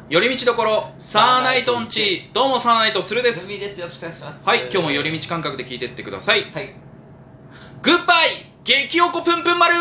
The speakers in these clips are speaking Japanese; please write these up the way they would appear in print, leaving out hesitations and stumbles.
寄り道どころサーナイトンチ。どうもサーナイトつるです。 ふみです。よろしくお願いします。 はい、今日も寄り道感覚で聞いてってください。 はい。 グッバイ激おこぷんぷん丸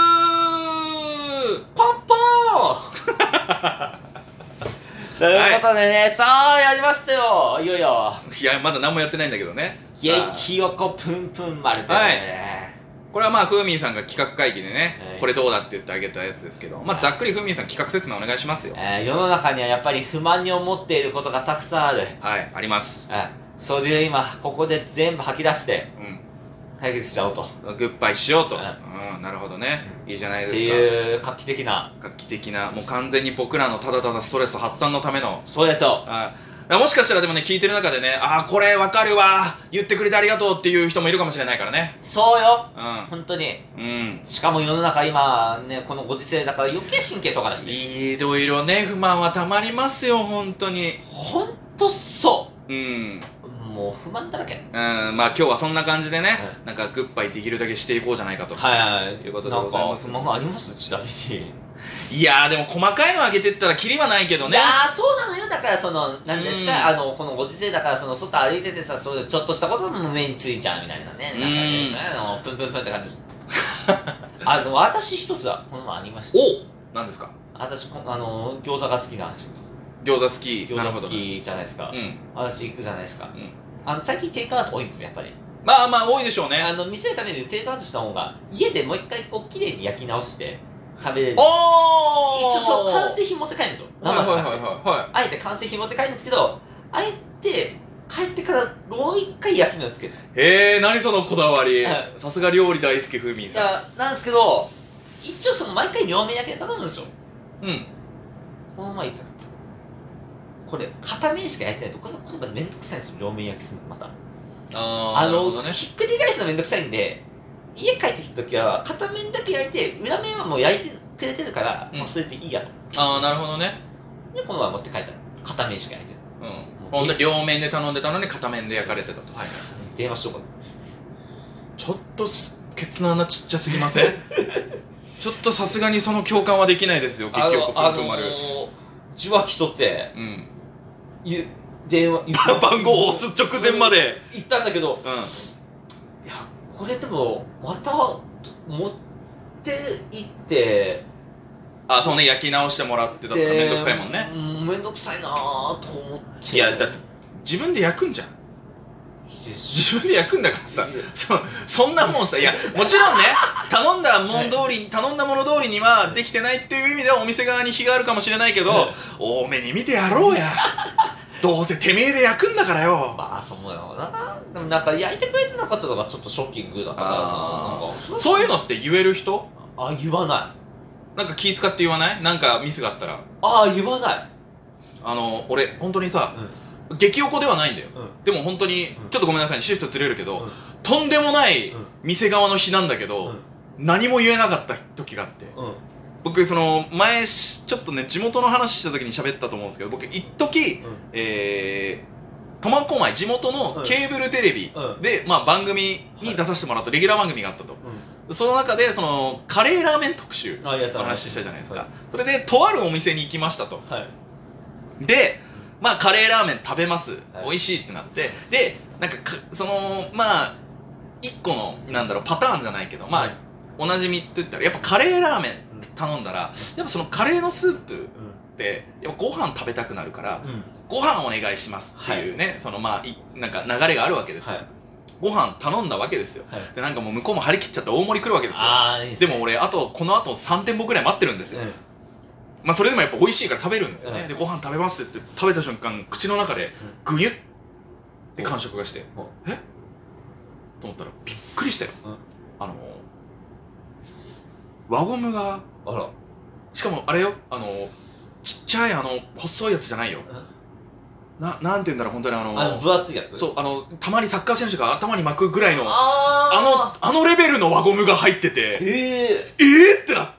ポンポーということでね、さあやりましたよ。いよいよいや、まだ何もやってないんだけどね。 激おこぷんぷん丸ってね、 これはまあふーみんさんが企画会議でね、 はい、 これどうだって言ってあげたやつですけど、まあざっくりふーみんさん企画説明お願いしますよ。 世の中にはやっぱり不満に思っていることがたくさんある。 はい、あります。 それを今ここで全部吐き出して解決しちゃおうと。 グッバイしようと。なるほどね。いいじゃないですか。 っていう画期的なもう完全に僕らのただただストレス発散のための。 そうですよ。 もしかしたらでもね、聞いてる中でね、これわかるわ、言ってくれてありがとうっていう人もいるかもしれないからね。 そうよ。本当に。しかも世の中今ね、このご時世だから余計神経とかなしです。 いろいろね、不満はたまりますよ、本当に。 本当そう。もう不満だらけ。 まあ今日はそんな感じでね、なんかグッバイできるだけしていこうじゃないかと。いうことでございます。 なんか不満があります？ちなみに。 いやー、でも細かいの上げてったらキリはないけどね。 いやー、そうなのよ。だから何ですか、このご時世だから外歩いててさ、そういうちょっとしたことも目についちゃうみたいなね。なんかね、プンプンプンって感じ。私一つはこの前ありました。 何ですか？ 私、餃子が好きな話。 餃子好き。 餃子好きじゃないですか。私行くじゃないですか。最近テイクアウト多いんですよ、やっぱり。 まあ多いでしょうね。 店で食べるテイクアウトした方が、家でもう一回こう綺麗に焼き直して食べれる。一応完成品持って帰るんですよ。生じゃなくて。あえて完成品持って帰るんですけど、あえて帰ってからもう一回焼き目をつける。 何そのこだわり。さすが料理大好きふーみんさん。なんですけど、一応毎回両面焼きで頼むんですよ。この前言ったらこれ片面しか焼いてないと、これめんどくさいんですよ。両面焼きするのまたひっくり返すのめんどくさいんで、家帰ってきた時は片面だけ焼いて、裏面はもう焼いてくれてるから、もうそれでいいやと。 なるほどね。 でこの前持って帰ったら片面しか焼いてる。 ほんと両面で頼んでたのに片面で焼かれてたと。 電話しようかな。 ちょっとケツの穴ちっちゃすぎません？ちょっとさすがにその共感はできないですよ。激おこぷんぷん丸受話器取って電話番号を押す直前まで言ったんだけど、いやこれでもまた持って行ってそうね、焼き直してもらってたからめんどくさいもんね。 めんどくさいなぁと思って。 いやだって自分で焼くんじゃん。自分で焼くんだからさ、そんなもんさ、いやもちろんね、頼んだもの通りにはできてないっていう意味ではお店側に非があるかもしれないけど、多めに見てやろうや。どうせてめえで焼くんだからよ。 まあそうだよな。でもなんか焼いてくれてなかったのがちょっとショッキングだったからさ。 そういうのって言える人？ 言わない。 なんか気使って言わない？なんかミスがあったら。 言わない。 俺本当にさ、激おこではないんだよ。でも本当にちょっとごめんなさい、シフトずれるけど、とんでもない店側の非なんだけど、何も言えなかった時があって、僕前ちょっとね地元の話した時に喋ったと思うんですけど、僕一時苫小牧地元のケーブルテレビで番組に出させてもらったレギュラー番組があったと。その中でカレーラーメン特集の話したじゃないですか。それでとあるお店に行きましたと。でカレーラーメン食べます、美味しいってなって、でなんか一個のパターンじゃないけど、おなじみって言ったらやっぱカレーラーメン頼んだら、やっぱそのカレーのスープってやっぱご飯食べたくなるから、ご飯お願いしますっていうね、なんか流れがあるわけですよ。ご飯頼んだわけですよ。でなんかもう向こうも張り切っちゃって大盛り来るわけですよ。でも俺この後3店舗ぐらい待ってるんですよ。それでもやっぱ美味しいから食べるんですよね。でご飯食べますって食べた瞬間、口の中でグニュッって感触がして、と思ったらびっくりしたよ。輪ゴムが、しかもあれよ、ちっちゃい細いやつじゃないよ。なんて言うんだろう、本当に分厚いやつ。 そう、たまにサッカー選手が頭に巻くぐらいのレベルの輪ゴムが入ってて、ってなって、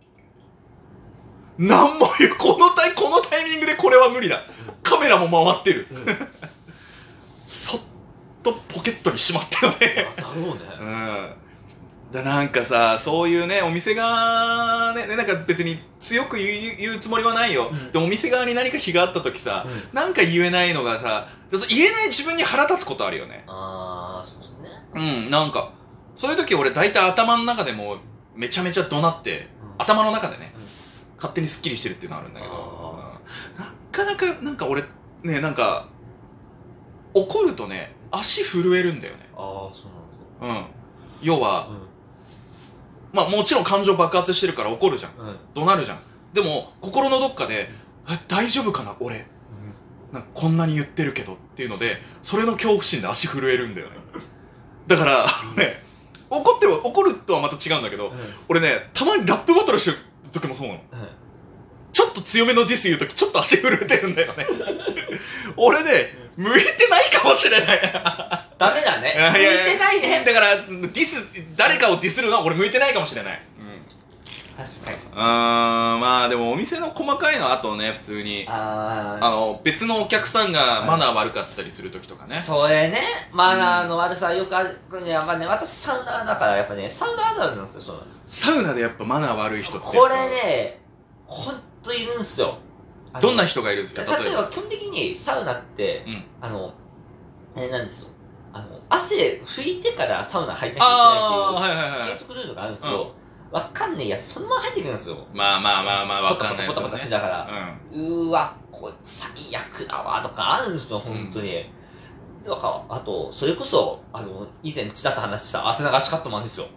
なんも言う、このタイミングでこれは無理だ。カメラも回ってる。そっとポケットにしまったよね。 だろうね。 なんかさ、そういうね、お店側ね、なんか別に強く言うつもりはないよ。でもお店側に何か非があった時さ、なんか言えないのがさ、言えない自分に腹立つことあるよね。 そうですね。 なんか、そういう時俺大体頭の中でもめちゃめちゃ怒鳴って、頭の中でね、勝手にスッキリしてるっていうのはあるんだけど、なかなか、なんか俺、ね、なんか、怒るとね、足震えるんだよね。 そうなんですよ。 要は、まあもちろん感情爆発してるから怒るじゃん。怒鳴るじゃん。でも、心のどっかで、大丈夫かな俺。なんかこんなに言ってるけどっていうので、それの恐怖心で足震えるんだよね。だから、ね、怒るとはまた違うんだけど、俺ね、たまにラップバトルしてる時もそうなの。ちょっと強めのディス言う時、ちょっと足震えてるんだよね。俺ね、向いてないかもしれない。 ダメだね。向いてないね。 だから、誰かをディスるのは俺向いてないかもしれない。 確かに。 まあでもお店の細かいのはあとね、普通に。別のお客さんがマナー悪かったりする時とかね。 それね、マナーの悪さはよくあるね。やっぱね、私サウナーだから、やっぱね、サウナーあるあるなんですよ、 サウナでやっぱマナー悪い人って。 これね、ほんといるんすよ。 どんな人がいるんですか？ 例えば基本的にサウナって、なんですよ。汗拭いてからサウナ入んなきゃいけないっていう計測ルールがあるんですけど、わかんねえやつそのまま入ってくるんですよ。 まあわかんないポタポタしながら。わ、こいつ最悪だわとかあるんですよ、ほんとに。だから、あと、それこそ、以前ちらっと話した汗流しカットもあるんですよ。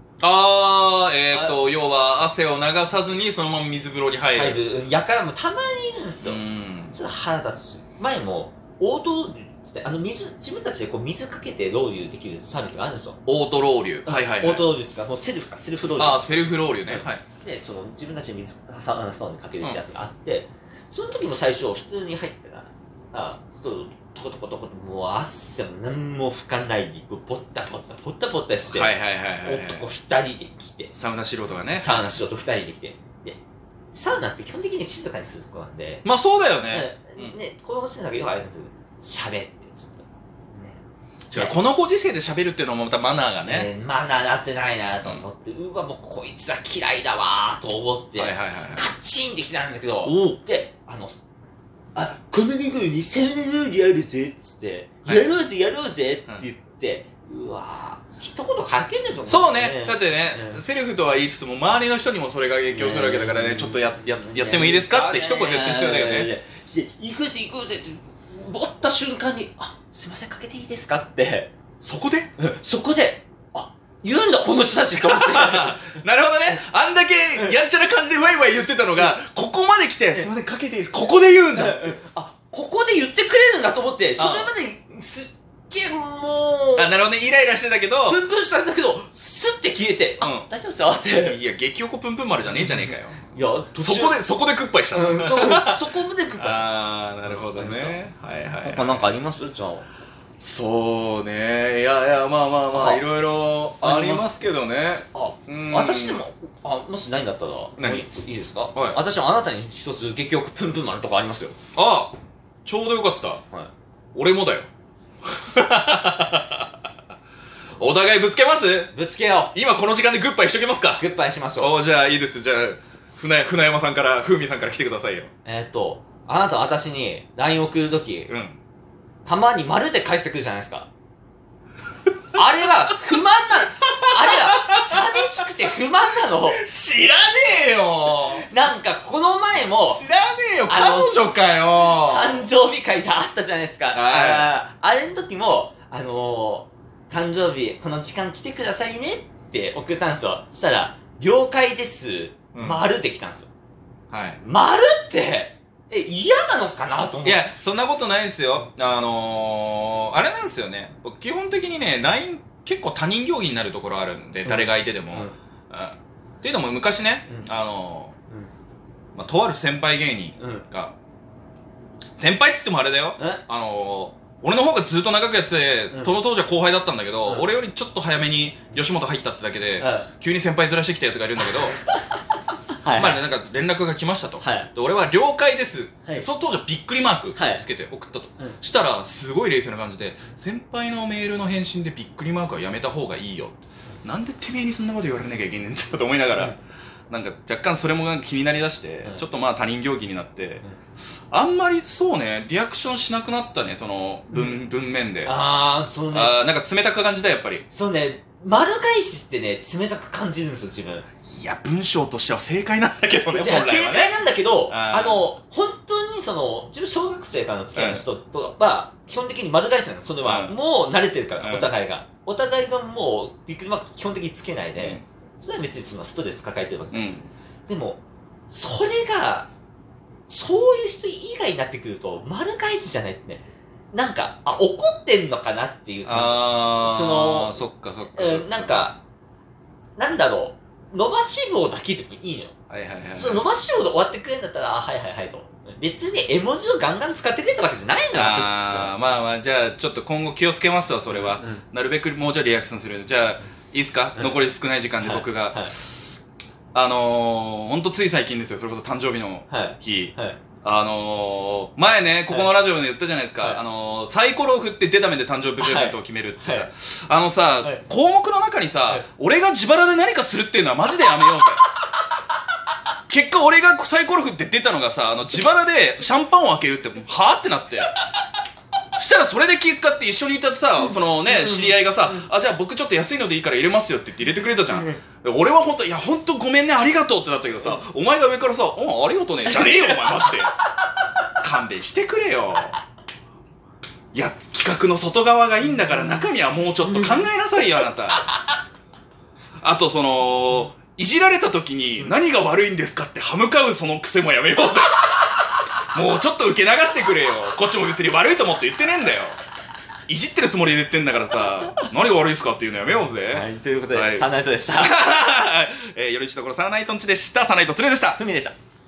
要は汗を流さずにそのまま水風呂に入る。 やからもたまにいるんですよ。ちょっと腹立つし。前も、オートロウリュつって、自分たちでこう水かけてロウリュできるサービスがあるんですよ。 オートロウリュ。 オートロウリュですか、セルフロウリュ。 セルフロウリュね。はい。 で、自分たちで水、サウナにかけるってやつがあって、その時も最初、普通に入ってたら、トコトコトコと、もう汗も何も拭かないで、ポッタポッタして、男2人で来て、 サウナ素人がね。 サウナ素人2人で来て、で、サウナって基本的に静かにするとこなんで、 まあそうだよね。 このご時世だけど、喋ってずっと。 このご時世で喋るっていうのもまたマナーがね。 マナーなってないなと思って、もうこいつは嫌いだわーと思って、カチンってきたんだけど、で、この日にサウナルールあるぜっつって、やろうぜって言って、うわぁ、一言書けんですよ。 そうね。だってね、セルフとは言いつつも、周りの人にもそれが影響するわけだからね、ちょっとやってもいいですかって一言言ってる人だよね。 行くぜって、ぼった瞬間に、すいません、かけていいですかって。 そこで言うんだ、この人たちと思って。 なるほどね。あんだけやんちゃな感じでワイワイ言ってたのが、ここまで来て、すいません、かけていいですか、ここで言うんだ。 ここで言ってくれるんだと思って、それまですっげえもう。 なるほどね、イライラしてたけど、 プンプンしたんだけど、スッて消えて、大丈夫っすよって。 いや、激おこプンプン丸じゃねえじゃねえかよ。 いや、 そこでグッバイしたの。 そこでグッバイした。 なるほどね。 他なんかあります？じゃあ。 そうね。いや、まあ、いろいろありますけどね。 私でも、もしないんだったら、いいですか？私はあなたに一つ激おこプンプン丸とかありますよ。 ちょうどよかった。俺もだよ。お互いぶつけます？ ぶつけよう。今この時間でグッバイしときますか。 グッバイしましょう。 じゃあいいです。じゃあ、船山さんから、風味さんから来てくださいよ。 あなた私に LINE 送るとき、たまに丸で返してくるじゃないですか。あれは不満あれは寂しくて不満なの。 知らねえよ。 なんかこの前も知らねえよ、彼女かよ。 誕生日会があったじゃないですか。あれの時も誕生日この時間来てくださいねって送ったんですよ。そしたら了解です丸できたんですよ。丸って嫌なのかなと思って。 いや、そんなことないですよ。あれなんですよね。僕、基本的にね、LINE 結構他人行儀になるところあるんで、誰が相手でも。っていうのも昔ね、とある先輩芸人が、先輩っつってもあれだよ。俺の方がずっと長くやってて、その当時は後輩だったんだけど、俺よりちょっと早めに吉本入ったってだけで、急に先輩ずらしてきたやつがいるんだけど、なんか連絡が来ましたと。で俺は了解です。その当時はびっくりマークつけて送ったと。したら、すごい冷静な感じで、先輩のメールの返信でびっくりマークはやめた方がいいよ。 なんでてめえにそんなこと言われなきゃいけねえんだと思いながら、なんか若干それもなんか気になりだして、ちょっとまあ他人行儀になって、あんまりそうね、リアクションしなくなったね、その文面で。 そうね。 なんか冷たく感じた、やっぱり。 そうね、丸返しってね、冷たく感じるんですよ、自分。 いや、文章としては正解なんだけどね、 本来はね。正解なんだけど、本当に自分小学生からの付き合いの人とは、基本的に丸返しなの、それは。もう慣れてるから、お互いが。お互いがもう、びっくりマーク基本的につけないで、それは別にそのストレス抱えてるわけじゃん。でも、それが、そういう人以外になってくると、丸返しじゃないってね、なんか、怒ってんのかなっていう感じ。 そっか。 なんか、なんだろう、伸ばし棒だけでもいいのよ。その伸ばし棒で終わってくれるんだったら、はいと。別に絵文字をガンガン使ってくれたわけじゃないのよ、私としては。 まあ、じゃあ、ちょっと今後気をつけますわ、それは。なるべくもうちょいリアクションする。じゃあ、いいっすか、残り少ない時間で僕が。ほんとつい最近ですよ、それこそ誕生日の日。前ね、ここのラジオで言ったじゃないですか、サイコロを振って出た目で誕生日プレゼントを決めるってさ、項目の中にさ、俺が自腹で何かするっていうのはマジでやめようぜ。結果俺がサイコロ振って出たのがさ、自腹でシャンパンを開けるって、はぁってなって。したらそれで気遣って一緒にいたさ、そのね、知り合いがさ、じゃあ僕ちょっと安いのでいいから入れますよって言って入れてくれたじゃん。俺はほんと、いやほんとごめんね、ありがとうってなったけどさ、お前が上からさ、ありがとうね、じゃねえよお前マジで。勘弁してくれよ。いや、企画の外側がいいんだから中身はもうちょっと考えなさいよ、あなた。あとその、いじられた時に何が悪いんですかって歯向かうその癖もやめようぜ。もうちょっと受け流してくれよ。こっちも別に悪いと思って言ってねえんだよ。いじってるつもりで言ってんだからさ、何が悪いっすかっていうのやめようぜ。 はい、ということで、サナイトでした。 よりしところサナイトンチでした。サナイトツレでした。 ふみでした。